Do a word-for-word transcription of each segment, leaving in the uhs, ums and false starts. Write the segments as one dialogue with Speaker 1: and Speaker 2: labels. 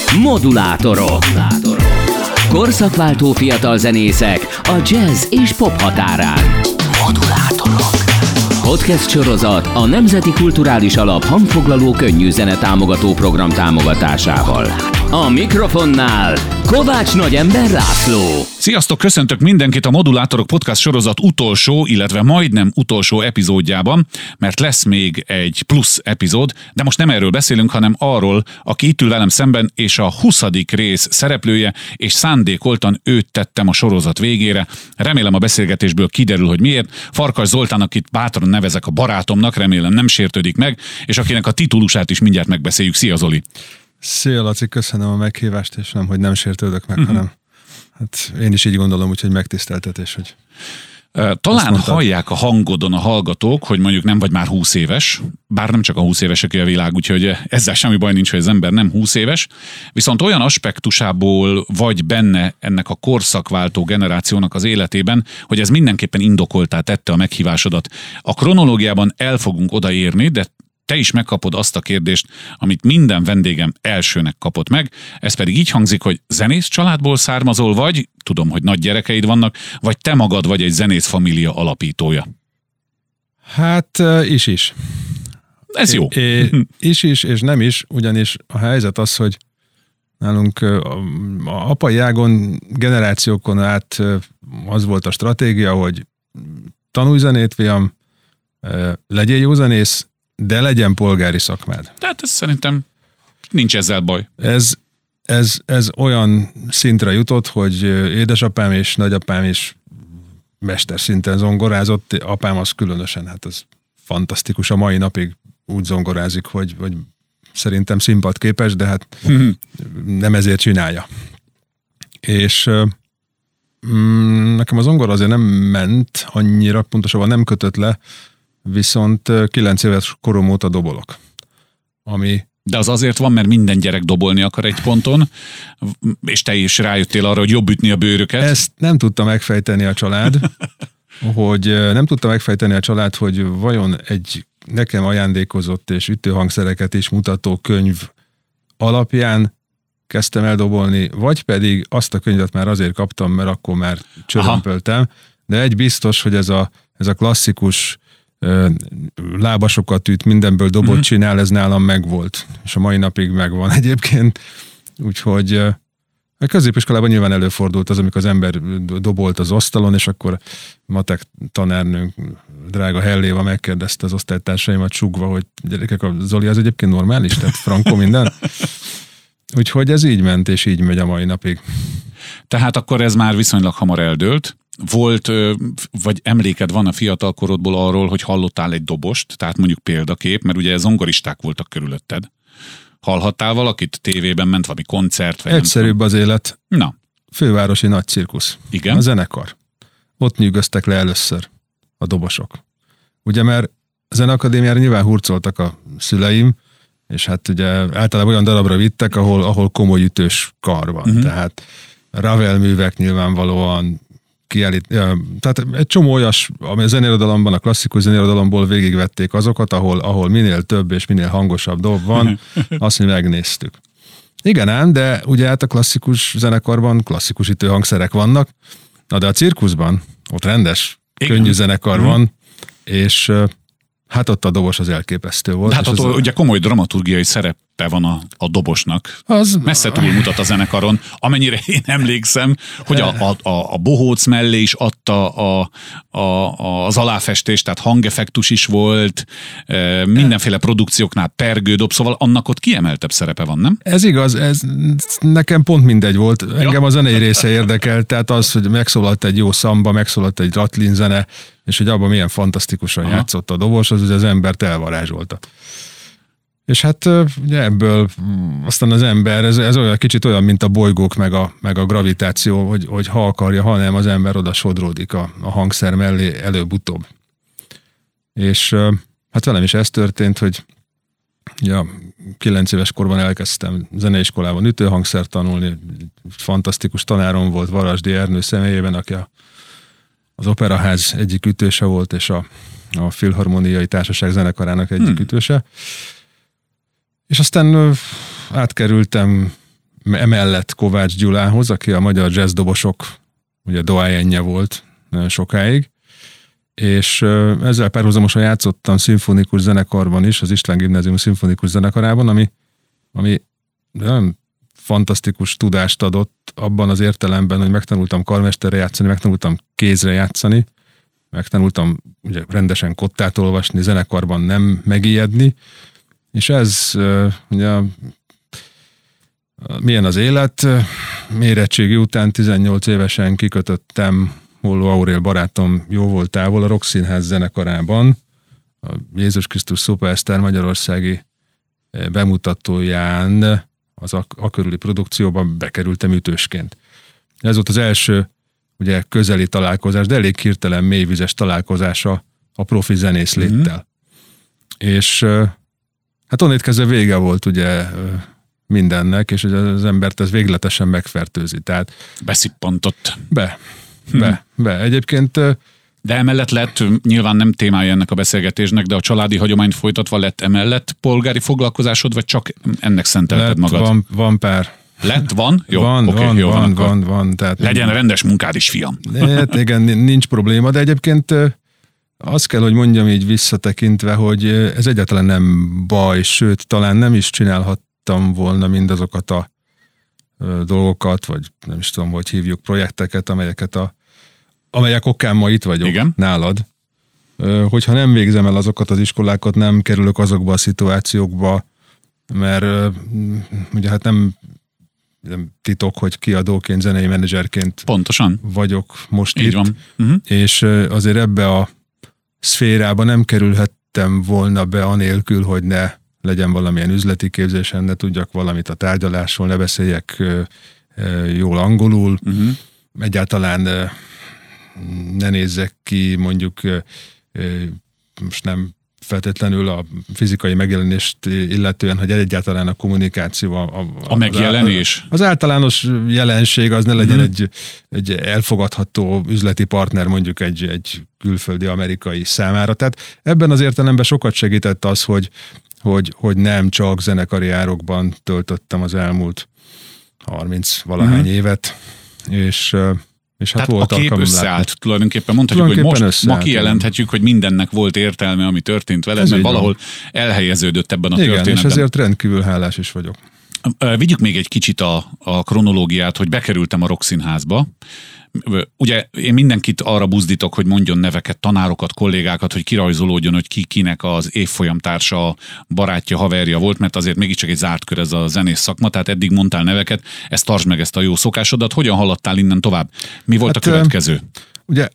Speaker 1: Modulátorok. Korszakváltó fiatal zenészek a jazz és pop határán. Modulátorok. Podcast sorozat a Nemzeti Kulturális Alap hangfoglaló könnyű zene támogató program támogatásával. A mikrofonnál Kovács Nagyember László.
Speaker 2: Sziasztok, köszöntök mindenkit a Modulátorok podcast sorozat utolsó, illetve majdnem utolsó epizódjában, mert lesz még egy plusz epizód, de most nem erről beszélünk, hanem arról, aki itt ül velem szemben, és a huszadik rész szereplője, és szándékoltan őt tettem a sorozat végére. Remélem a beszélgetésből kiderül, hogy miért. Farkas Zoltán, akit bátran nevezek a barátomnak, remélem nem sértődik meg, és akinek a titulusát is mindjárt megbeszéljük. Szia, Zoli!
Speaker 3: Szia, Laci, köszönöm a meghívást, és nem, hogy nem sértődök meg, uh-huh. hanem hát én is így gondolom, úgyhogy megtiszteltetés, hogy...
Speaker 2: Talán hallják a hangodon a hallgatók, hogy mondjuk nem vagy már húsz éves, bár nem csak a húsz évesek a világ, úgyhogy ezzel semmi baj nincs, hogy az ember nem húsz éves, viszont olyan aspektusából vagy benne ennek a korszakváltó generációnak az életében, hogy ez mindenképpen indokoltá tette a meghívásodat. A kronológiában el fogunk odaérni, de te is megkapod azt a kérdést, amit minden vendégem elsőnek kapott meg. Ez pedig így hangzik, hogy zenész családból származol, vagy, tudom, hogy nagy gyerekeid vannak, vagy te magad vagy egy zenész família alapítója.
Speaker 3: Hát is is.
Speaker 2: Ez jó.
Speaker 3: É, é, is is, és nem is, ugyanis a helyzet az, hogy nálunk a, a apai ágon generációkon át az volt a stratégia, hogy tanulj zenét, fiam, legyél jó zenész, de legyen polgári szakmád.
Speaker 2: Tehát ez szerintem nincs ezzel baj.
Speaker 3: Ez, ez, ez olyan szintre jutott, hogy édesapám és nagyapám is mesterszinten zongorázott, apám az különösen, hát ez fantasztikus, a mai napig úgy zongorázik, hogy, hogy szerintem színpadképes, de hát mm-hmm. nem ezért csinálja. És mm, nekem a zongora azért nem ment annyira, pontosabban nem kötött le, viszont kilenc éves korom óta dobolok. Ami...
Speaker 2: De az azért van, mert minden gyerek dobolni akar egy ponton, és te is rájöttél arra, hogy jobb ütni a bőröket.
Speaker 3: Ezt nem tudta megfejteni a család, hogy nem tudta megfejteni a család, hogy vajon egy nekem ajándékozott és ütőhangszereket is mutató könyv alapján kezdtem el dobolni, vagy pedig azt a könyvet már azért kaptam, mert akkor már csörömpöltem. De egy biztos, hogy ez a, ez a klasszikus lábasokat üt, mindenből dobot mm-hmm. csinál, ez nálam megvolt. És a mai napig megvan egyébként. Úgyhogy a középiskolában nyilván előfordult az, amikor az ember dobolt az asztalon, és akkor matek tanárnőnk, drága Helléva megkérdezte az osztálytársaimat sugva, hogy gyerekek, a Zoli az egyébként normális? Tehát frankó minden? Úgyhogy ez így ment, és így megy a mai napig.
Speaker 2: Tehát akkor ez már viszonylag hamar eldőlt. Volt, vagy emléked van a fiatalkorodból arról, hogy hallottál egy dobost, tehát mondjuk példakép, mert ugye zongoristák voltak körülötted. Hallhattál valakit? Tévében ment valami koncert? Vagy
Speaker 3: egyszerűbb az élet.
Speaker 2: Na.
Speaker 3: Fővárosi nagy cirkusz.
Speaker 2: Igen?
Speaker 3: A zenekar. Ott nyűgöztek le először a dobosok. Ugye, mert a Zeneakadémiára nyilván hurcoltak a szüleim, és hát ugye általában olyan darabra vittek, ahol, ahol komoly ütős kar van. Uh-huh. Tehát Ravel művek nyilvánvalóan kiállít, ja, tehát egy csomó olyas, ami a zeneirodalomban, a klasszikus zeneirodalomból végigvették azokat, ahol, ahol minél több és minél hangosabb dob van, azt mi megnéztük. Igen ám, de ugye hát a klasszikus zenekarban klasszikus ütőhangszerek vannak, na de a cirkuszban ott rendes, igen. könnyű zenekar uh-huh. van, és hát ott a dobos az elképesztő volt.
Speaker 2: De hát ott
Speaker 3: az
Speaker 2: ugye komoly dramaturgiai szerepe van a, a dobosnak.
Speaker 3: Az...
Speaker 2: Messze túlmutat a zenekaron. Amennyire én emlékszem, hogy a, a, a bohóc mellé is adta a, a, az aláfestést, tehát hangeffektus is volt, mindenféle produkcióknál pergődob, szóval annak ott kiemeltebb szerepe van, nem?
Speaker 3: Ez igaz, ez nekem pont mindegy volt. Engem a zenei része érdekelt, tehát az, hogy megszólalt egy jó szamba, megszólalt egy ratlin zene, és hogy abban milyen fantasztikusan Aha. játszott a dobos, az ugye az embert elvarázsolta. És hát ugye ebből aztán az ember, ez, ez olyan kicsit olyan, mint a bolygók meg a, meg a gravitáció, hogy, hogy ha akarja, ha nem, az ember oda sodródik a, a hangszer mellé előbb-utóbb. És hát velem is ez történt, hogy ja, kilenc éves korban elkezdtem zeneiskolában ütőhangszert tanulni, fantasztikus tanárom volt Varasdi Ernő személyében, aki a, az Operaház egyik ütőse volt, és a, a Filharmoniai Társaság zenekarának egyik hmm. ütőse. És aztán átkerültem emellett Kovács Gyulához, aki a magyar jazzdobosok ugye doyenje volt nagyon sokáig, és ezzel párhuzamosan játszottam szimfonikus zenekarban is, az István Gimnázium szimfonikus zenekarában, ami, ami nagyon fantasztikus tudást adott abban az értelemben, hogy megtanultam karmesterre játszani, megtanultam kézre játszani, megtanultam ugye rendesen kottát olvasni, zenekarban nem megijedni, és ez ugye milyen az élet. Érettségi után tizennyolc évesen kikötöttem, Holló Aurél barátom jó volt távol a Rock Színház zenekarában, a Jézus Krisztus Szupersztár magyarországi bemutatóján, az a, a körüli produkcióban bekerültem ütősként. Ez volt az első ugye közeli találkozás, de elég hirtelen mélyvizes találkozása a profi zenész léttel. Mm-hmm. És hát onnét kezdve vége volt ugye mindennek, és az embert ez végletesen megfertőzi. Tehát
Speaker 2: beszippantott.
Speaker 3: Be, be, hm. be. Egyébként
Speaker 2: de emellett lett, nyilván nem témája ennek a beszélgetésnek, de a családi hagyományt folytatva lett emellett polgári foglalkozásod, vagy csak ennek szentelted lett, magad?
Speaker 3: Van, van pár.
Speaker 2: Lett, van? Jó,
Speaker 3: van,
Speaker 2: oké,
Speaker 3: van,
Speaker 2: jó,
Speaker 3: van,
Speaker 2: van,
Speaker 3: van, van. Tehát
Speaker 2: legyen nem, rendes munkád is, fiam.
Speaker 3: Hát igen, nincs probléma, de egyébként azt kell, hogy mondjam így visszatekintve, hogy ez egyáltalán nem baj, sőt, talán nem is csinálhattam volna mindazokat a dolgokat, vagy nem is tudom, hogy hívjuk, projekteket, amelyeket a amelyek okán ma itt vagyok. Igen. Nálad. Hogyha nem végzem el azokat az iskolákat, nem kerülök azokba a szituációkba, mert ugye hát nem, nem titok, hogy kiadóként, zenei menedzserként
Speaker 2: pontosan
Speaker 3: vagyok most
Speaker 2: így
Speaker 3: itt.
Speaker 2: Van. Uh-huh.
Speaker 3: És azért ebbe a szférába nem kerülhettem volna be anélkül, hogy ne legyen valamilyen üzleti képzésen, ne tudjak valamit a tárgyalásról, ne beszéljek jól angolul. Uh-huh. Egyáltalán ne nézzek ki mondjuk most nem feltétlenül a fizikai megjelenést illetően, hogy egyáltalán a kommunikáció. A, a,
Speaker 2: a megjelenés.
Speaker 3: Az általános jelenség az ne legyen mm. egy, egy elfogadható üzleti partner mondjuk egy, egy külföldi amerikai számára. Tehát ebben az értelemben sokat segített az, hogy, hogy, hogy nem csak zenekari árokban töltöttem az elmúlt harminc valahány mm. évet, és És hát
Speaker 2: tehát a kép összeállt látni. Tulajdonképpen. Mondhatjuk, tulajdonképpen hogy most ma kijelenthetjük, hogy mindennek volt értelme, ami történt veled, ez mert valahol van. Elhelyeződött ebben a
Speaker 3: igen,
Speaker 2: történetben.
Speaker 3: És ezért rendkívül hálás is vagyok.
Speaker 2: Vigyük még egy kicsit a, a kronológiát, hogy bekerültem a Rock Színházba. Ugye én mindenkit arra buzdítok, hogy mondjon neveket, tanárokat, kollégákat, hogy kirajzolódjon, hogy ki kinek az évfolyamtársa, barátja, haverja volt, mert azért mégiscsak egy zárt kör ez a zenész szakma, tehát eddig mondtál neveket, ezt tartsd meg, ezt a jó szokásodat. Hogyan haladtál innen tovább? Mi volt hát, a következő?
Speaker 3: Ugye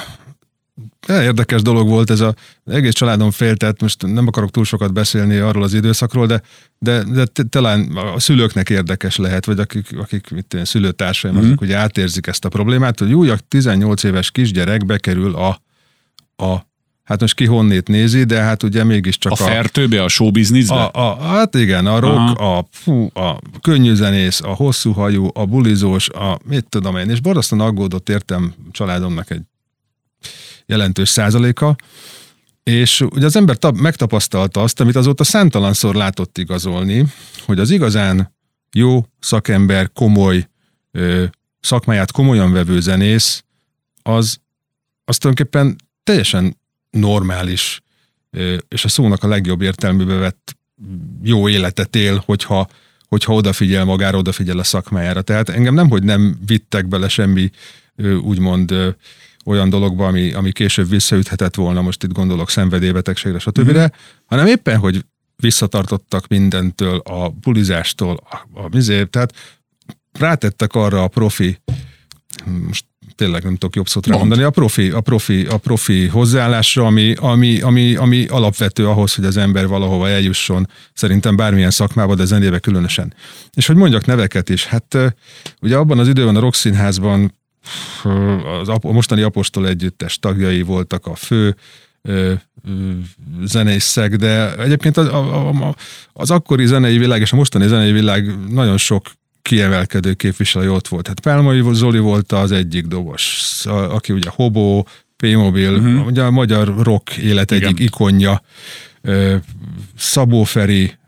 Speaker 3: érdekes dolog volt ez a egész családom fél, tehát most nem akarok túl sokat beszélni arról az időszakról, de, de, de talán a szülőknek érdekes lehet, vagy akik, akik mit én, szülőtársaim, mm-hmm. azok ugye átérzik ezt a problémát, hogy úgy, a tizennyolc éves kisgyerek bekerül a, a hát most ki honnét nézi, de hát ugye mégiscsak
Speaker 2: a... A fertőbe, a showbizniszbe?
Speaker 3: A, a, hát igen, a rock, a, fú, a könnyű zenész, a hosszú hajú, a bulizós, a mit tudom én, és borzasztóan aggódott értem családomnak egy jelentős százaléka, és ugye az ember tab- megtapasztalta azt, amit azóta számtalanszor látott igazolni, hogy az igazán jó szakember, komoly, ö, szakmáját komolyan vevő zenész, az, az tulajdonképpen teljesen normális, ö, és a szónak a legjobb értelműbe vett jó életet él, hogyha, hogyha odafigyel magára, odafigyel a szakmájára. Tehát engem nemhogy nem vittek bele semmi ö, úgymond ö, olyan dologba, ami, ami később visszaüthetett volna, most itt gondolok szenvedélybetegségre, stb., mm-hmm. hanem éppen, hogy visszatartottak mindentől, a bulizástól, a, a mizé, tehát rátettek arra a profi, most tényleg nem tudok jobb szót mondani, a profi, a profi, a profi hozzáállásra, ami, ami, ami, ami alapvető ahhoz, hogy az ember valahova eljusson, szerintem bármilyen szakmába, de zenébe különösen. És hogy mondjak neveket is, hát ugye abban az időben a Rock Színházban az a mostani Apostol együttes tagjai voltak a fő ö, ö, zenészek, de egyébként az, a, a, az akkori zenei világ és a mostani zenei világ nagyon sok kiemelkedő képviselő ott volt. Hát Pálmai Zoli volt az egyik dobos, aki ugye Hobó, P-Mobil, uh-huh. ugye a magyar rock élet igen. egyik ikonja, Szabó Feri,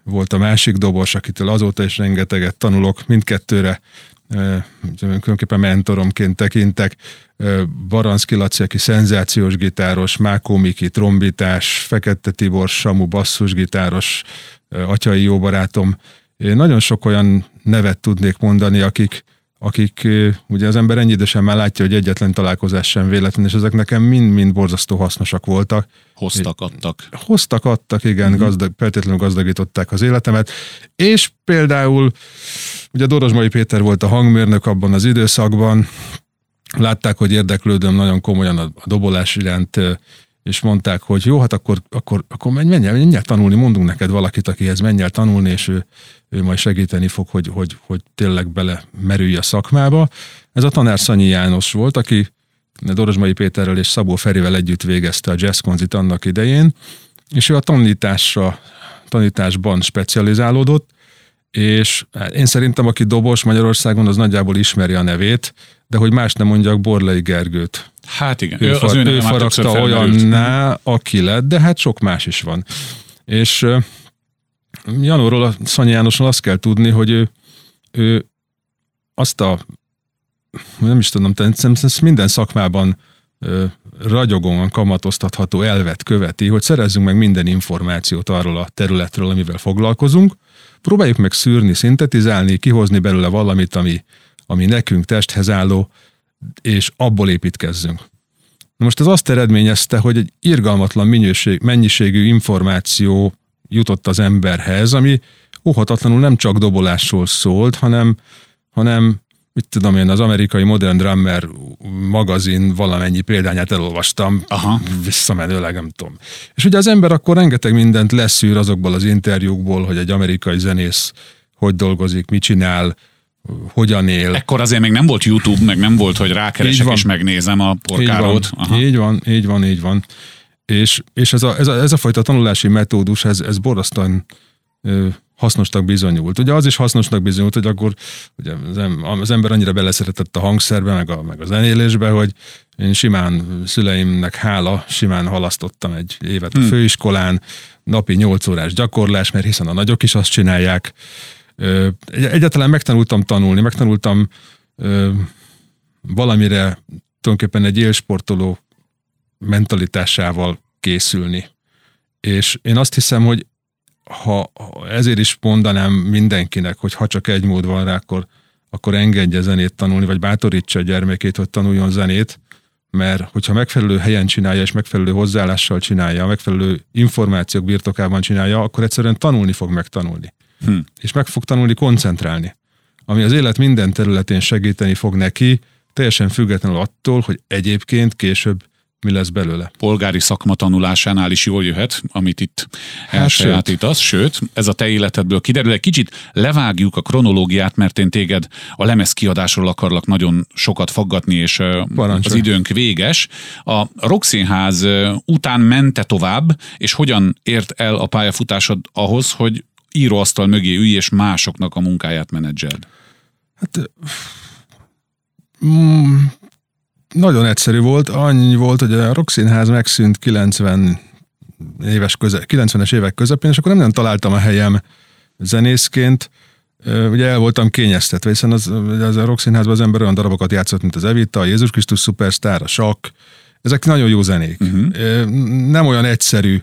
Speaker 3: volt a másik dobos, akitől azóta is rengeteget tanulok, mindkettőre különképpen mentoromként tekintek. Baranszky Laci, aki szenzációs gitáros, Mákó Miki trombitás, Fekete Tibor Samu basszusgitáros, atyai jó barátom. Én nagyon sok olyan nevet tudnék mondani, akik, akik ugye az ember ennyi idősen már látja, hogy egyetlen találkozás sem véletlen, és ezek nekem mind-mind borzasztó hasznosak voltak.
Speaker 2: Hoztak, adtak.
Speaker 3: Hoztak, adtak, igen, uh-huh. gazdag, feltétlenül gazdagították az életemet. És például ugye Dorozsmai Péter volt a hangmérnök abban az időszakban, látták, hogy érdeklődöm nagyon komolyan a dobolás iránt, és mondták, hogy jó, hát akkor, akkor, akkor menj, menj, el, menj el tanulni, mondunk neked valakit, akihez menj el tanulni, és ő, ő majd segíteni fog, hogy, hogy, hogy tényleg bele merülj a szakmába. Ez a tanár Szanyi János volt, aki Dorozsmai Péterrel és Szabó Ferivel együtt végezte a jazzkonzit annak idején, és ő a tanításra, tanításban specializálódott, és én szerintem, aki dobos Magyarországon, az nagyjából ismeri a nevét, de hogy más nem mondjak, Borlai Gergőt.
Speaker 2: Hát igen,
Speaker 3: ő,
Speaker 2: az
Speaker 3: ő, ő faragta olyanná, aki lett, de hát sok más is van. És uh, Janóról, a Szanyi Jánosról azt kell tudni, hogy ő, ő azt a, nem is tudom, minden szakmában uh, ragyogóan kamatoztatható elvet követi, hogy szerezzünk meg minden információt arról a területről, amivel foglalkozunk, próbáljuk meg szűrni, szintetizálni, kihozni belőle valamit, ami, ami nekünk testhez álló, és abból építkezzünk. Most ez azt eredményezte, hogy egy irgalmatlan minőség, mennyiségű információ jutott az emberhez, ami óhatatlanul nem csak dobolásról szólt, hanem, hanem mit tudom én, az amerikai Modern Drummer magazin valamennyi példányát elolvastam, Aha. visszamenőleg, nem tudom. És ugye az ember akkor rengeteg mindent leszűr azokból az interjúkból, hogy egy amerikai zenész hogy dolgozik, mit csinál, hogyan él.
Speaker 2: Ekkor azért még nem volt YouTube, meg nem volt, hogy rákeresek és megnézem a porkárót.
Speaker 3: Így van, így van, így van, így van. És, és ez, a, ez, a, ez a fajta tanulási metódus, ez, ez borzasztóan ö, hasznosnak bizonyult. Ugye az is hasznosnak bizonyult, hogy akkor ugye az ember annyira beleszeretett a hangszerbe, meg a, meg a zenélésbe, hogy én simán, szüleimnek hála, simán halasztottam egy évet a hmm. főiskolán, napi nyolc órás gyakorlás, mert hiszen a nagyok is azt csinálják. Egyáltalán megtanultam tanulni, megtanultam ö, valamire tulajdonképpen egy élsportoló mentalitásával készülni. És én azt hiszem, hogy ha ezért is mondanám mindenkinek, hogy ha csak egy mód van rá, akkor, akkor engedje zenét tanulni, vagy bátorítsa a gyermekét, hogy tanuljon zenét, mert hogyha megfelelő helyen csinálja, és megfelelő hozzáállással csinálja, megfelelő információk birtokában csinálja, akkor egyszerűen tanulni fog megtanulni. Hm. És meg fog tanulni koncentrálni. Ami az élet minden területén segíteni fog neki, teljesen függetlenül attól, hogy egyébként később mi lesz belőle.
Speaker 2: Polgári szakma tanulásánál is jól jöhet, amit itt hát elsajátítasz, sőt. sőt, ez a te életedből kiderül. Egy kicsit levágjuk a kronológiát, mert én téged a lemezkiadásról akarlak nagyon sokat faggatni, és Parancsolj. Az időnk véges. A Rockszínház után mente tovább, és hogyan ért el a pályafutásod ahhoz, hogy íróasztal mögé ülj, és másoknak a munkáját menedzseld? Hát...
Speaker 3: Mm, nagyon egyszerű volt. Annyi volt, hogy a Rockszínház megszűnt kilencven éves köze, kilencvenes évek közepén, és akkor nem nagyon találtam a helyem zenészként. Ugye el voltam kényeztetve, hiszen az, az a Rockszínházban az ember olyan darabokat játszott, mint az Evita, a Jézus Krisztus Szupersztár, a Sakk. Ezek nagyon jó zenék. Uh-huh. Nem olyan egyszerű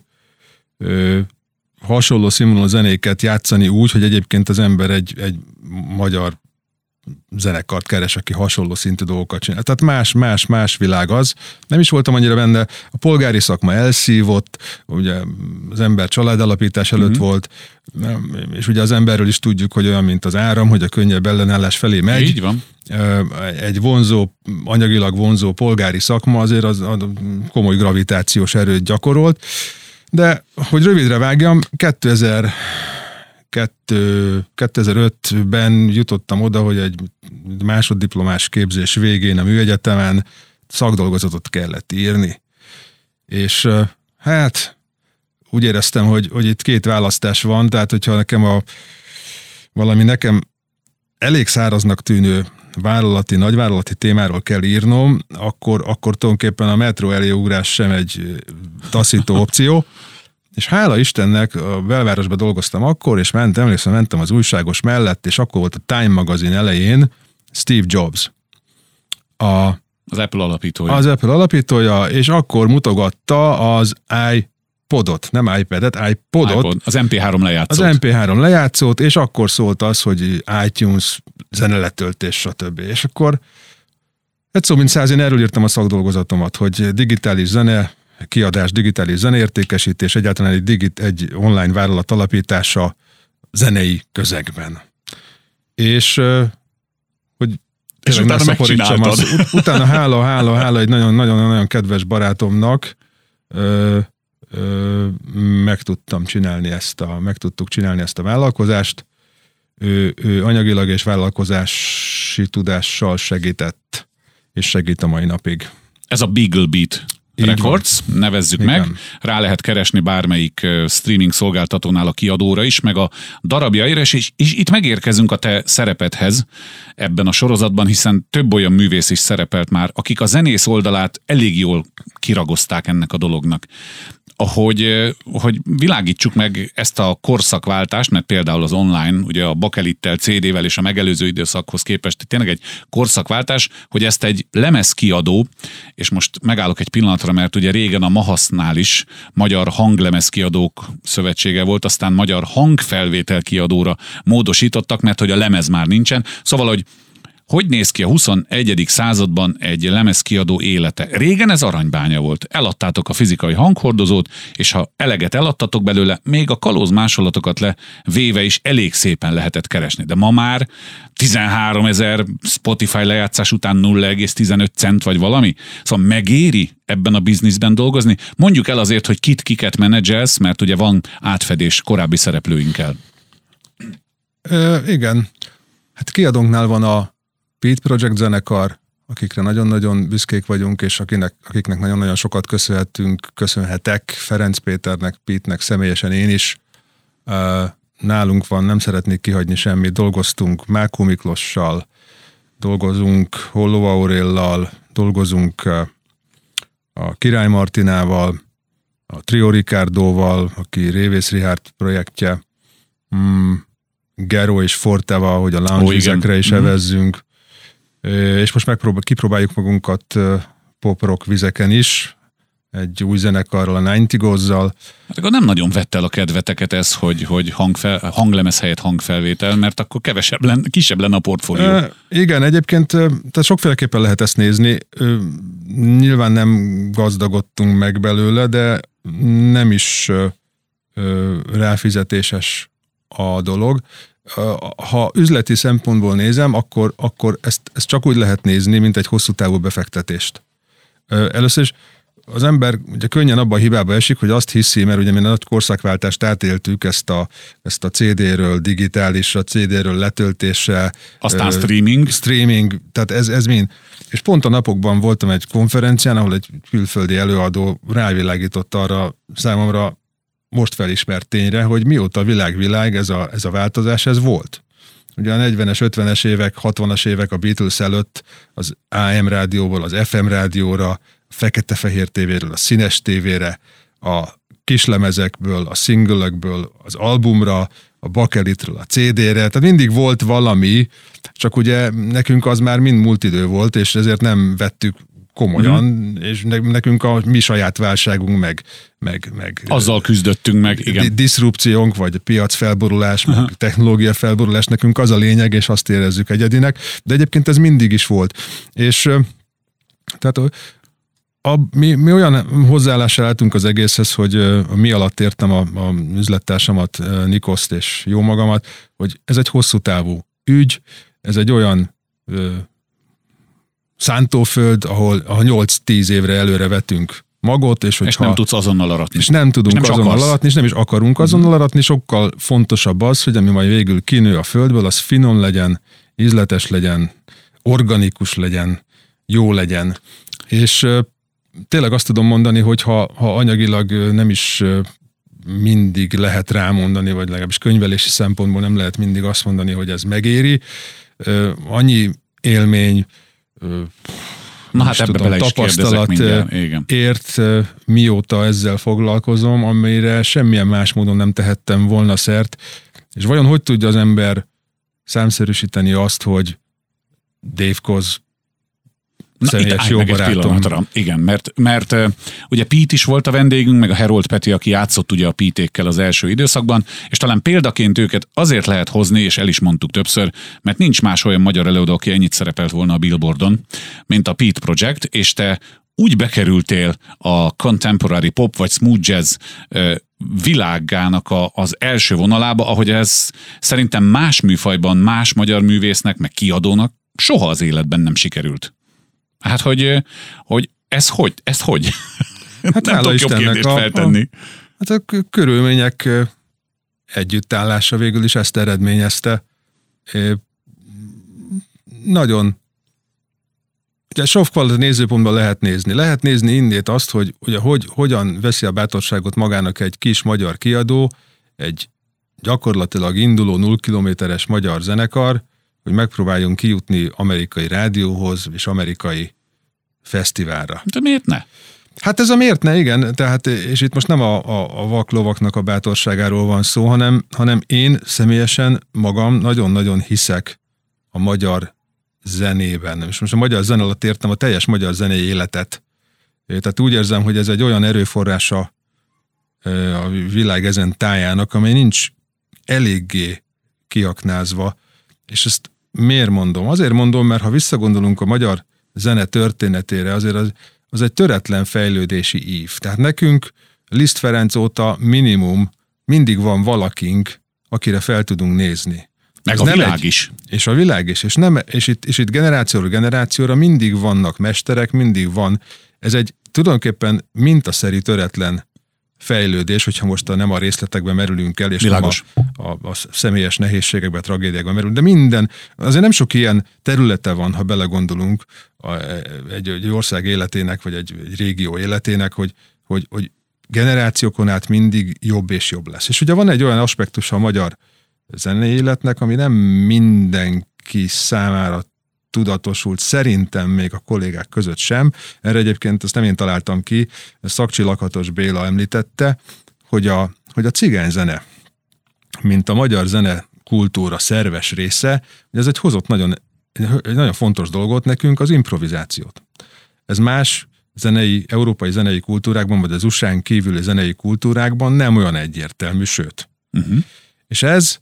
Speaker 3: hasonló színvonalú zenéket játszani úgy, hogy egyébként az ember egy, egy magyar zenekart keres, aki hasonló szintű dolgokat csinál. Tehát más, más, más világ az. Nem is voltam annyira benne. A polgári szakma elszívott, ugye az ember családalapítás előtt mm-hmm. volt, és ugye az emberről is tudjuk, hogy olyan, mint az áram, hogy a könnyebb ellenállás felé megy.
Speaker 2: Így van.
Speaker 3: Egy vonzó, anyagilag vonzó polgári szakma azért az komoly gravitációs erőt gyakorolt, de hogy rövidre vágjam, kétezer-ötben jutottam oda, hogy egy másoddiplomás képzés végén a műegyetemen szakdolgozatot kellett írni. És hát úgy éreztem, hogy, hogy itt két választás van, tehát hogyha nekem a valami nekem elég száraznak tűnő vállalati, nagyvállalati témáról kell írnom, akkor, akkor tulajdonképpen a metró elé ugrás sem egy taszító opció. és hála Istennek a belvárosban dolgoztam akkor, és mentem, emlékszem, mentem az újságos mellett, és akkor volt a Time magazin elején Steve Jobs. A,
Speaker 2: az Apple alapítója.
Speaker 3: Az Apple alapítója, és akkor mutogatta az iPodot, nem iPadet, iPodot.
Speaker 2: iPod, az em pé három lejátszót.
Speaker 3: Az em pé három lejátszót, és akkor szólt az, hogy iTunes, zeneletöltés, stb. És akkor egy szó mint száz, én erről írtam a szakdolgozatomat, hogy digitális zene, kiadás, digitális zeneértékesítés, egyáltalán egy, digit, egy online vállalat alapítása zenei közegben. És hogy
Speaker 2: és utána megcsináltad.
Speaker 3: Az, utána hála, hála, hála egy nagyon-nagyon kedves barátomnak ö, ö, meg tudtam csinálni ezt a, meg tudtuk csinálni ezt a vállalkozást. Ő, ő anyagilag és vállalkozási tudással segített, és segít a mai napig.
Speaker 2: Ez a Beagle Beat Records, nevezzük igen. meg. Rá lehet keresni bármelyik streaming szolgáltatónál a kiadóra is, meg a darabjaira, és, és, és itt megérkezünk a te szerepedhez ebben a sorozatban, hiszen több olyan művész is szerepelt már, akik a zenész oldalát elég jól kiragozták ennek a dolognak. Ahogy hogy világítsuk meg ezt a korszakváltást, mert például az online, ugye a bakelittel, cé dé-vel és a megelőző időszakhoz képest tényleg egy korszakváltás, hogy ezt egy lemezkiadó, és most megállok egy pillanatra, mert ugye régen a Mahasznál is Magyar Hanglemezkiadók Szövetsége volt, aztán Magyar Hangfelvételkiadóra módosítottak, mert hogy a lemez már nincsen. Szóval, hogy hogy néz ki a huszonegyedik században egy lemezkiadó élete? Régen ez aranybánya volt. Eladtátok a fizikai hanghordozót, és ha eleget eladtatok belőle, még a kalóz másolatokat levéve is elég szépen lehetett keresni. De ma már tizenháromezer Spotify lejátszás után nulla egész tizenöt cent vagy valami? Szóval megéri ebben a bizniszben dolgozni? Mondjuk el azért, hogy kit kiket menedzselsz, mert ugye van átfedés korábbi szereplőinkkel.
Speaker 3: Ö, igen. Hát kiadónknál van a Pete Project zenekar, akikre nagyon-nagyon büszkék vagyunk, és akinek, akiknek nagyon-nagyon sokat köszönhetünk, köszönhetek Ferenc Péternek, Pete-nek, személyesen én is. Nálunk van, nem szeretnék kihagyni semmit, dolgoztunk Mákó Miklossal, dolgozunk Holló Auréllal, dolgozunk a Király Martinával, a Trio Ricardoval, aki Révész Richárd projektje, Gero és Forteva, hogy a lounge vizekre is evezzünk, és most megpróbál, kipróbáljuk magunkat pop-rock vizeken is, egy új zenekarral, a nyolcvan Gozzal.
Speaker 2: Hát akkor nem nagyon vett el a kedveteket ez, hogy, hogy hangfel, hanglemez helyett hangfelvétel, mert akkor kevesebb lenne, kisebb lenne a portfólió. E,
Speaker 3: igen, egyébként tehát sokféleképpen lehet ezt nézni. Nyilván nem gazdagodtunk meg belőle, de nem is ráfizetéses a dolog. Ha üzleti szempontból nézem, akkor, akkor ezt, ezt csak úgy lehet nézni, mint egy hosszú távú befektetést. Először is az ember ugye könnyen abba a hibába esik, hogy azt hiszi, mert ugye mi nagy korszakváltást átéltük, ezt a, ezt a cé dé-ről digitálisra, cé dé-ről letöltésre.
Speaker 2: Aztán uh, streaming.
Speaker 3: Streaming, tehát ez, ez mind. És pont a napokban voltam egy konferencián, ahol egy külföldi előadó rávilágított arra számomra most felismert tényre, hogy mióta a világ-világ ez a, ez a változás, ez volt. Ugye a negyvenes, ötvenes évek, hatvanas évek a Beatles előtt az á em rádióból az ef em rádióra, fekete-fehér tévéről a színes tévére, a kislemezekből, a single-ökből az albumra, a bakelitről a cé dé-re, tehát mindig volt valami, csak ugye nekünk az már mind múlt idő volt, és ezért nem vettük komolyan, mm-hmm. és nekünk a mi saját válságunk meg, meg, meg
Speaker 2: azzal küzdöttünk meg, igen.
Speaker 3: Diszrupciónk, vagy piac felborulás, uh-huh. meg technológia felborulás, nekünk az a lényeg, és azt érezzük egyedinek, de egyébként ez mindig is volt. És tehát a, mi, mi olyan hozzáállással álltunk az egészhez, hogy a mi alatt értem a, a üzlettársamat, Nikoszt és jó magamat, hogy ez egy hosszú távú ügy, ez egy olyan szántóföld, ahol, ahol nyolc-tíz évre előre vetünk magot, és,
Speaker 2: és nem tudsz azonnal aratni.
Speaker 3: És nem tudunk és nem azonnal aratni, és nem is akarunk azonnal aratni, sokkal fontosabb az, hogy ami majd végül kinő a földből, az finom legyen, ízletes legyen, organikus legyen, jó legyen. És tényleg azt tudom mondani, hogy ha, ha anyagilag nem is mindig lehet rámondani, vagy legalábbis könyvelési szempontból nem lehet mindig azt mondani, hogy ez megéri, annyi élmény,
Speaker 2: Na hát ebbe bele is kérdezek mindjárt. Igen.
Speaker 3: Ért, mióta ezzel foglalkozom, amire semmilyen más módon nem tehettem volna szert. És vajon hogy tudja az ember számszerűsíteni azt, hogy Dave Koz személyes jó barátom.
Speaker 2: Igen, mert, mert uh, ugye Pete is volt a vendégünk, meg a Harold Petty, aki játszott ugye a Pete-ékkel az első időszakban, és talán példaként őket azért lehet hozni, és el is mondtuk többször, mert nincs más olyan magyar előadó, aki ennyit szerepelt volna a Billboardon, mint a Pete Project, és te úgy bekerültél a contemporary pop vagy smooth jazz uh, világának a, az első vonalába, ahogy ez szerintem más műfajban, más magyar művésznek, meg kiadónak soha az életben nem sikerült. Hát, hogy, hogy ez hogy? Ez hogy?
Speaker 3: Hát
Speaker 2: nem tudok jobb kérdést
Speaker 3: a,
Speaker 2: feltenni.
Speaker 3: A, hát a körülmények együttállása végül is ezt eredményezte. É, nagyon ugye sokfajta nézőpontban lehet nézni. Lehet nézni innét azt, hogy ugye, hogy hogyan veszi a bátorságot magának egy kis magyar kiadó, egy gyakorlatilag induló null kilométeres magyar zenekar, hogy megpróbáljunk kijutni amerikai rádióhoz és amerikai fesztiválra.
Speaker 2: De miért ne?
Speaker 3: Hát ez a miért ne, igen. Tehát, és itt most nem a, a, a vaklovaknak a bátorságáról van szó, hanem, hanem én személyesen magam nagyon-nagyon hiszek a magyar zenében. És most a magyar zene alatt értem a teljes magyar zenei életet. Tehát úgy érzem, hogy ez egy olyan erőforrása a világ ezen tájának, amely nincs eléggé kiaknázva. És ezt miért mondom? Azért mondom, mert ha visszagondolunk a magyar zene történetére, azért az, az egy töretlen fejlődési ív. Tehát nekünk Liszt Ferenc óta minimum mindig van valakink, akire fel tudunk nézni.
Speaker 2: Meg ez a világ egy, is.
Speaker 3: És a világ is. És, nem, és, itt, és itt generációra generációra mindig vannak mesterek, mindig van. Ez egy tulajdonképpen mintaszerű töretlen fejlődés, hogyha most a, nem a részletekbe merülünk el, és Világos. nem a, a, a személyes nehézségekbe, tragédiákba merülünk, de minden, azért nem sok ilyen területe van, ha belegondolunk a, egy, egy ország életének, vagy egy, egy régió életének, hogy, hogy, hogy generációkon át mindig jobb és jobb lesz. És ugye van egy olyan aspektus a magyar zenei életnek, ami nem mindenki számára tudatosult, szerintem még a kollégák között sem. Erre egyébként ezt nem én találtam ki, Szakcsi Lakatos Béla említette, hogy a, hogy a cigányzene, mint a magyar zene kultúra szerves része, hogy ez egy hozott nagyon, egy nagyon fontos dolgot nekünk, az improvizációt. Ez más zenei, európai zenei kultúrákban, vagy az u es á-n kívüli zenei kultúrákban nem olyan egyértelmű, sőt. Uh-huh. És ez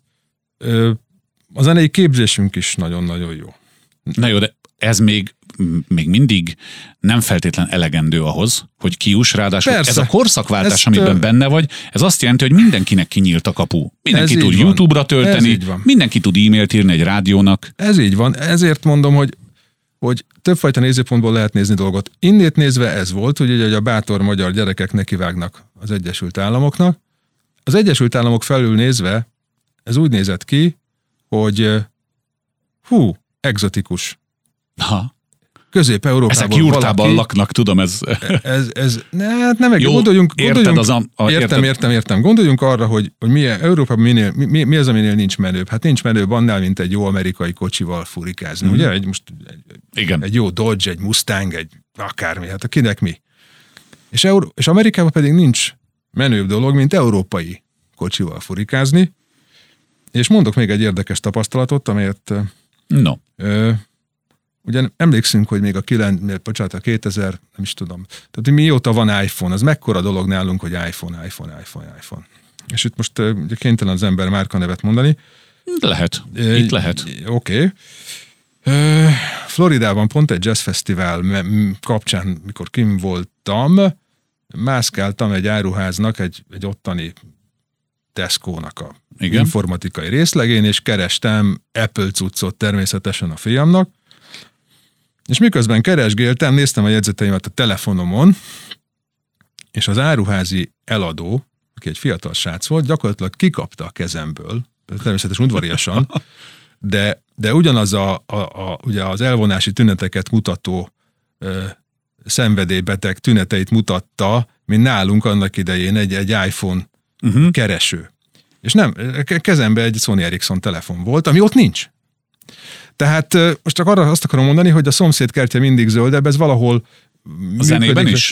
Speaker 3: a zenei képzésünk is nagyon-nagyon jó.
Speaker 2: Na jó, de ez még, még mindig nem feltétlen elegendő ahhoz, hogy kiuss, ráadásul Persze. ez a korszakváltás, Ezt, amiben benne vagy, ez azt jelenti, hogy mindenkinek kinyílt a kapu. Mindenki tud van. YouTube-ra tölteni, mindenki tud e-mailt írni egy rádiónak.
Speaker 3: Ez így van. Ezért mondom, hogy, hogy többfajta nézőpontból lehet nézni dolgot. Innét nézve ez volt, hogy, hogy a bátor magyar gyerekek nekivágnak az Egyesült Államoknak. Az Egyesült Államok felül nézve ez úgy nézett ki, hogy hú, egzotikus.
Speaker 2: Ha.
Speaker 3: Közép-Európában
Speaker 2: Ezek jurtában valaki, laknak, tudom, ez...
Speaker 3: Ez, ez ne, hát nem, Jó, gondoljunk, gondoljunk az a, a, értem, értem, értem, értem. Gondoljunk arra, hogy, hogy milyen, Európában minél, mi, mi az, aminél nincs menőbb? Hát nincs menőbb annál, mint egy jó amerikai kocsival furikázni, mm. ugye? Egy, most, egy,
Speaker 2: Igen.
Speaker 3: egy jó Dodge, egy Mustang, egy akármi, hát a kinek mi? És, Euró- és Amerikában pedig nincs menőbb dolog, mint európai kocsival furikázni. És mondok még egy érdekes tapasztalatot, amelyet...
Speaker 2: No.
Speaker 3: Ö, Ugye emlékszünk, hogy még a, kilenc, bocsánat, a kétezer, nem is tudom, tehát mióta van iPhone, az mekkora dolog nálunk, hogy iPhone, iPhone, iPhone, iPhone. És itt most ugye kénytelen az ember márkanevet mondani.
Speaker 2: Lehet, itt lehet.
Speaker 3: Oké. Okay. Floridában pont egy jazz fesztivál kapcsán, mikor kim voltam, mászkáltam egy áruháznak, egy, egy ottani Tesco-nak a Igen. informatikai részlegén, és kerestem Apple cuccot természetesen a fiamnak, és miközben keresgéltem, néztem a jegyzeteimet a telefonomon, és az áruházi eladó, aki egy fiatal srác volt, gyakorlatilag kikapta a kezemből, természetesen udvariasan, de, de ugyanaz a, a, a, ugye az elvonási tüneteket mutató ö, szenvedélybeteg tüneteit mutatta, mint nálunk annak idején egy, egy iPhone uh-huh. kereső. És nem, kezembe egy Sony Ericsson telefon volt, ami ott nincs. Tehát most csak arra azt akarom mondani, hogy a szomszéd kertje mindig zöldebb, ez valahol...
Speaker 2: A zenében is?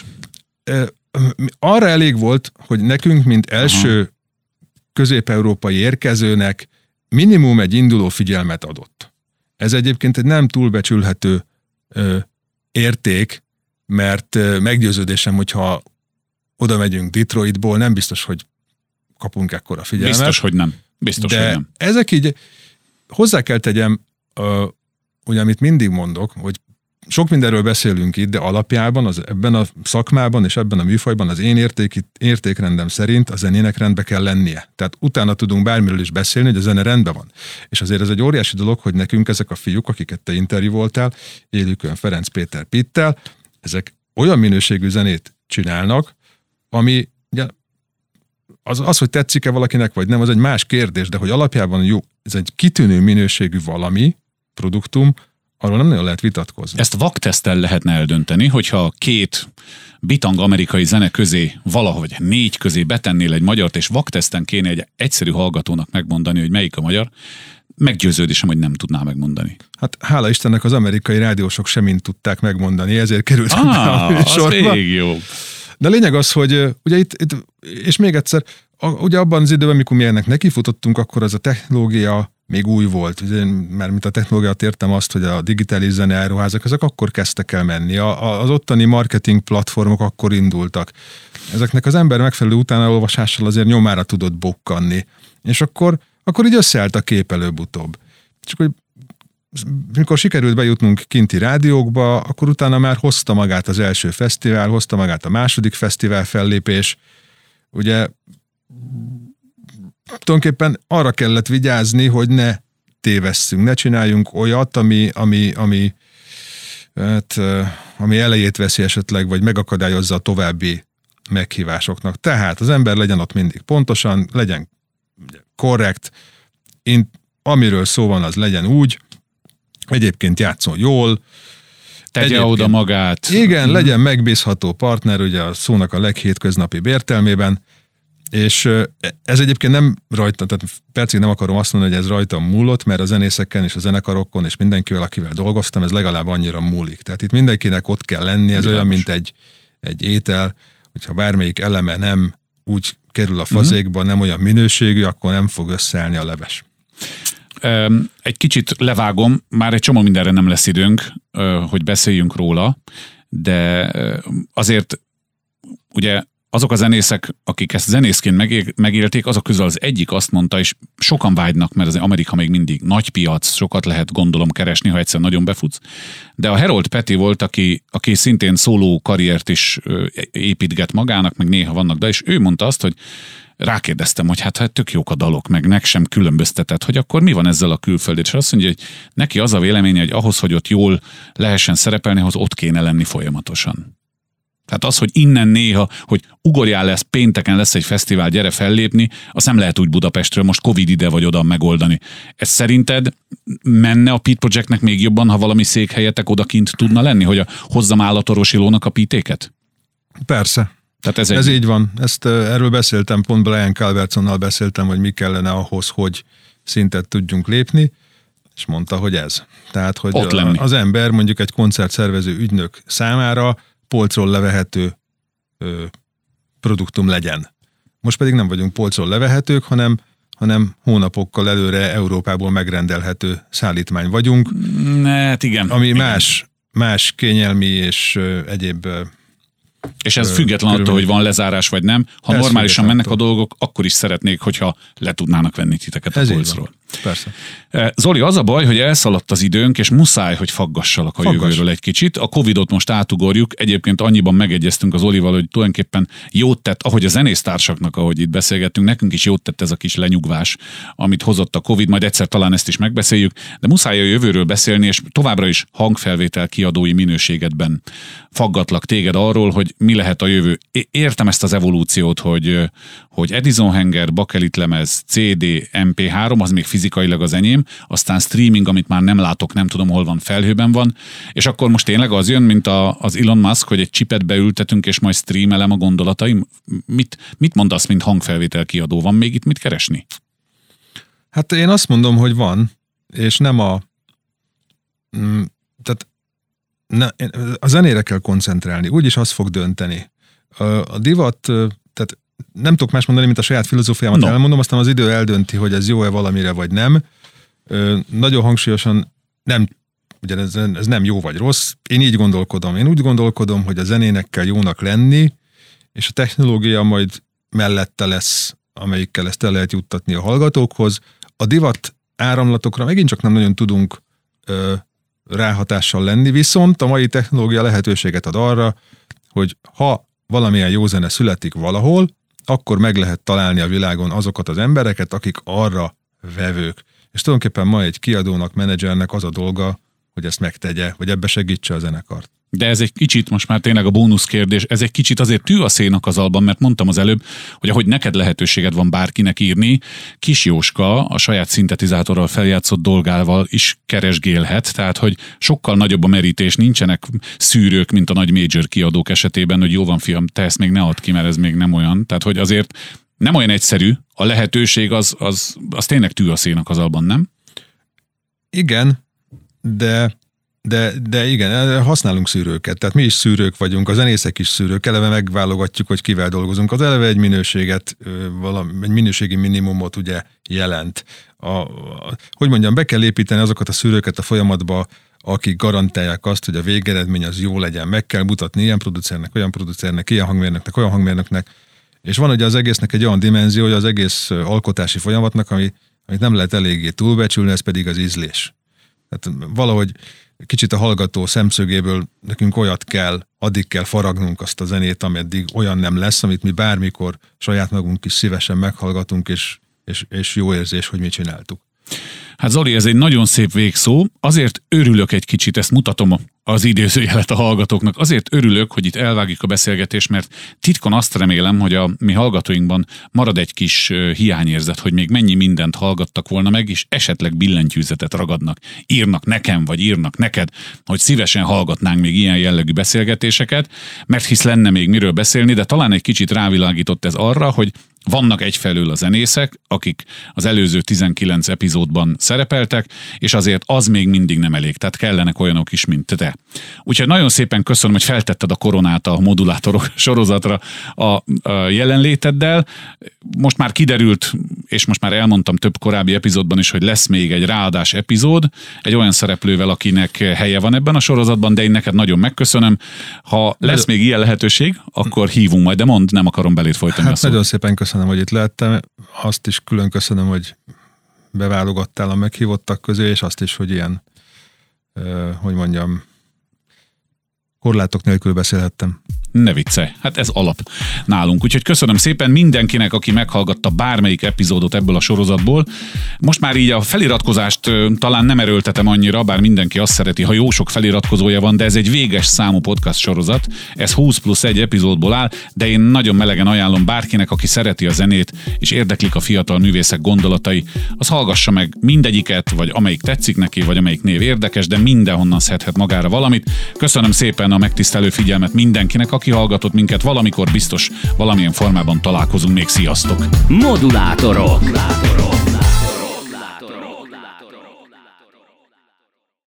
Speaker 3: Arra elég volt, hogy nekünk, mint első Aha. közép-európai érkezőnek minimum egy induló figyelmet adott. Ez egyébként egy nem túlbecsülhető ö, érték, mert ö, meggyőződésem, hogyha oda megyünk Detroitból, nem biztos, hogy kapunk ekkora figyelmet.
Speaker 2: Biztos, hogy nem. Biztos,
Speaker 3: de
Speaker 2: hogy nem.
Speaker 3: ezek így hozzá kell tegyem, ö, ugye amit mindig mondok, hogy sok mindenről beszélünk itt, de alapjában az, ebben a szakmában és ebben a műfajban az én érték, értékrendem szerint a zenének rendbe kell lennie. Tehát utána tudunk bármiről is beszélni, hogy a zene rendben van. És azért ez egy óriási dolog, hogy nekünk ezek a fiúk, akiket te interjúvoltál, élőkön Ferenc Péter Pittel, ezek olyan minőségű zenét csinálnak, ami ugye, az, az, hogy tetszik-e valakinek, vagy nem, az egy más kérdés, de hogy alapjában jó, ez egy kitűnő minőségű valami, produktum, arról nem nagyon lehet vitatkozni.
Speaker 2: Ezt vakteszttel lehetne eldönteni, hogyha két bitang amerikai zene közé valahogy négy közé betennél egy magyart, és vakteszten kéne egy egyszerű hallgatónak megmondani, hogy melyik a magyar, meggyőződésem, hogy nem tudná megmondani.
Speaker 3: Hát hála Istennek az amerikai rádiósok sem tudták megmondani, ezért került
Speaker 2: ah, a műsorba. Az még jó.
Speaker 3: De a lényeg az, hogy ugye itt, itt és még egyszer, a, ugye abban az időben, amikor mi ennek nekifutottunk, akkor az a technológia még új volt. Ugye, mert mint a technológiát értem azt, hogy a digitális zeneáruházak, ezek akkor kezdtek el menni. A, az ottani marketing platformok akkor indultak. Ezeknek az ember megfelelő utánaolvasással azért nyomára tudott bukkanni. És akkor, akkor így összeállt a kép előbb-utóbb. Csak hogy mikor sikerült bejutnunk kinti rádiókba, akkor utána már hozta magát az első fesztivál, hozta magát a második fesztivál fellépés. Ugye tulajdonképpen arra kellett vigyázni, hogy ne tévesszünk, ne csináljunk olyat, ami, ami, ami, hát, ami elejét veszi esetleg, vagy megakadályozza a további meghívásoknak. Tehát az ember legyen ott mindig pontosan, legyen korrekt, én, amiről szó van, az legyen úgy, egyébként játszon jól,
Speaker 2: tegye oda magát.
Speaker 3: Igen, legyen megbízható partner, ugye a szónak a leghétköznapibb értelmében, és ez egyébként nem rajta, tehát percig nem akarom azt mondani, hogy ez rajtam múlott, mert a zenészeken és a zenekarokon és mindenkivel, akivel dolgoztam, ez legalább annyira múlik. Tehát itt mindenkinek ott kell lenni, ez olyan, mint egy, egy étel, hogyha bármelyik eleme nem úgy kerül a fazékba, nem olyan minőségű, akkor nem fog összeállni a leves.
Speaker 2: Egy kicsit levágom, már egy csomó mindenre nem lesz időnk, hogy beszéljünk róla, de azért ugye azok a zenészek, akik ezt zenészként megélték, azok közül az egyik azt mondta, és sokan vágynak, mert az Amerika még mindig nagy piac, sokat lehet gondolom keresni, ha egyszer nagyon befutsz. De a Harold Petty volt, aki, aki szintén szóló karriert is építget magának, meg néha vannak, de és ő mondta azt, hogy rákérdeztem, hogy hát, hát tök jók a dalok, meg nek sem különböztetett, hogy akkor mi van ezzel a külföldön, és azt mondja, hogy neki az a véleménye, hogy ahhoz, hogy ott jól lehessen szerepelni, ahhoz ott kéne lenni folyamatosan. Tehát az, hogy innen néha, hogy ugorjál lesz, pénteken lesz egy fesztivál, gyere fellépni, azt nem lehet úgy Budapestről, most Covid ide vagy oda megoldani. Ez szerinted menne a Pete Projectnek még jobban, ha valami székhelyetek odakint tudna lenni, hogy a hozzam állatorvosilónak a Pítéket?
Speaker 3: Persze.
Speaker 2: Tehát ez,
Speaker 3: ez
Speaker 2: egy...
Speaker 3: így van. Ezt, erről beszéltem, pont Brian Calvertsonnal beszéltem, hogy mi kellene ahhoz, hogy szintet tudjunk lépni, és mondta, hogy ez. Tehát, hogy a, az ember mondjuk egy koncertszervező ügynök számára polcról levehető ö, produktum legyen. Most pedig nem vagyunk polcról levehetők, hanem, hanem hónapokkal előre Európából megrendelhető szállítmány vagyunk.
Speaker 2: Hát igen.
Speaker 3: Ami
Speaker 2: igen.
Speaker 3: más, más kényelmi és ö, egyéb ö,
Speaker 2: És ez független attól, hogy van lezárás vagy nem. Ha ez normálisan mennek a dolgok, akkor is szeretnék, hogyha le tudnának venni titeket
Speaker 3: ez
Speaker 2: a polcról.
Speaker 3: Persze.
Speaker 2: Zoli, az a baj, hogy elszaladt az időnk, és muszáj, hogy faggassalak a
Speaker 3: Faggass.
Speaker 2: jövőről egy kicsit. A Covidot most átugorjuk. Egyébként annyiban megegyeztünk az Zolival, hogy tulajdonképpen jót tett, ahogy a zenésztársaknak, ahogy itt beszélgettünk, nekünk is jót tett ez a kis lenyugvás, amit hozott a Covid, majd egyszer talán ezt is megbeszéljük, de muszáj a jövőről beszélni, és továbbra is hangfelvétel kiadói minőségedben faggatlak téged arról, hogy mi lehet a jövő. Értem ezt az evolúciót, hogy, hogy Edison Hanger, bakelit lemez, cé dé, em pé három, az még fizikailag az enyém, aztán streaming, amit már nem látok, nem tudom, hol van, felhőben van, és akkor most tényleg az jön, mint a, az Elon Musk, hogy egy chipet beültetünk, és majd streamelem a gondolataim. Mit, mit mondasz, mint hangfelvétel kiadó? Van még itt mit keresni?
Speaker 3: Hát én azt mondom, hogy van, és nem a ne, a zenére kell koncentrálni, úgyis az fog dönteni. A, a divat, tehát nem tudok más mondani, mint a saját filozófiámat no. elmondom, aztán az idő eldönti, hogy ez jó-e valamire, vagy nem. Ö, nagyon hangsúlyosan nem, ugye ez, ez nem jó vagy rossz. Én így gondolkodom. Én úgy gondolkodom, hogy a zenének kell jónak lenni, és a technológia majd mellette lesz, amelyikkel ezt el lehet juttatni a hallgatókhoz. A divat áramlatokra megint csak nem nagyon tudunk ö, ráhatással lenni, viszont a mai technológia lehetőséget ad arra, hogy ha valamilyen jó zene születik valahol, akkor meg lehet találni a világon azokat az embereket, akik arra vevők. És tulajdonképpen ma egy kiadónak, menedzsernek az a dolga, hogy ezt megtegye, hogy ebbe segítse a zenekart.
Speaker 2: De ez egy kicsit, most már tényleg a bónusz kérdés, ez egy kicsit azért tű a szénak az alban, mert mondtam az előbb, hogy ahogy neked lehetőséged van bárkinek írni, Kis Jóska a saját szintetizátorral feljátszott dolgával is keresgélhet, tehát hogy sokkal nagyobb a merítés, nincsenek szűrők, mint a nagy major kiadók esetében, hogy jó van fiam, te ezt még ne add ki, mert ez még nem olyan. Tehát hogy azért nem olyan egyszerű, a lehetőség az, az, az tényleg tű a szénak az alban, nem?
Speaker 3: Igen, de... De, de igen, használunk szűrőket, tehát mi is szűrők vagyunk, a zenészek is szűrők, eleve megválogatjuk, hogy kivel dolgozunk. Az eleve egy minőséget, valami, egy minőségi minimumot ugye jelent. A, a, hogy mondjam, be kell építeni azokat a szűrőket a folyamatba, akik garantálják azt, hogy a végeredmény az jó legyen. Meg kell mutatni ilyen producernek, olyan producernek, ilyen hangmérnöknek, olyan hangmérnöknek. És van ugye az egésznek egy olyan dimenzió, hogy az egész alkotási folyamatnak, ami, amit nem lehet eléggé túlbecsülni, ez pedig az ízlés. Tehát valahogy kicsit a hallgató szemszögéből nekünk olyat kell, addig kell faragnunk azt a zenét, ameddig olyan nem lesz, amit mi bármikor saját magunk is szívesen meghallgatunk, és, és, és jó érzés, hogy mi csináltuk.
Speaker 2: Hát Zoli, ez egy nagyon szép végszó, azért örülök egy kicsit, ezt mutatom az idézőjelet a hallgatóknak, azért örülök, hogy itt elvágjuk a beszélgetést, mert titkon azt remélem, hogy a mi hallgatóinkban marad egy kis hiányérzet, hogy még mennyi mindent hallgattak volna meg, és esetleg billentyűzetet ragadnak, írnak nekem, vagy írnak neked, hogy szívesen hallgatnánk még ilyen jellegű beszélgetéseket, mert hisz lenne még miről beszélni, de talán egy kicsit rávilágított ez arra, hogy vannak egyfelől a zenészek, akik az előző tizenkilenc epizódban szerepeltek, és azért az még mindig nem elég, tehát kellenek olyanok is, mint te. Úgyhogy nagyon szépen köszönöm, hogy feltetted a koronát a modulátorok sorozatra a, a jelenléteddel. Most már kiderült, és most már elmondtam több korábbi epizódban is, hogy lesz még egy ráadás epizód, egy olyan szereplővel, akinek helye van ebben a sorozatban, de én neked nagyon megköszönöm. Ha lesz még ilyen lehetőség, akkor hívunk majd, de mondd, nem akarom belét folytani
Speaker 3: hát
Speaker 2: a szót.
Speaker 3: Nagyon szépen köszönöm, hogy itt lehettem. Azt is külön köszönöm, hogy beválogattál a meghívottak közé, és azt is, hogy ilyen, hogy mondjam, korlátok nélkül beszélhettem.
Speaker 2: Ne viccelj, hát ez alap nálunk. Úgyhogy köszönöm szépen mindenkinek, aki meghallgatta bármelyik epizódot ebből a sorozatból. Most már így a feliratkozást talán nem erőltetem annyira, bár mindenki azt szereti, ha jó sok feliratkozója van, de ez egy véges számú podcast sorozat. Ez húsz plusz egy epizódból áll, de én nagyon melegen ajánlom bárkinek, aki szereti a zenét, és érdeklik a fiatal művészek gondolatai, az hallgassa meg mindegyiket, vagy amelyik tetszik neki, vagy amelyik név érdekes, de mindenhonnan szedhet magára valamit. Köszönöm szépen a megtisztelő figyelmet mindenkinek, aki hallgatott minket, valamikor biztos valamilyen formában találkozunk még. Sziasztok!
Speaker 1: Modulátorok. Modulátorok.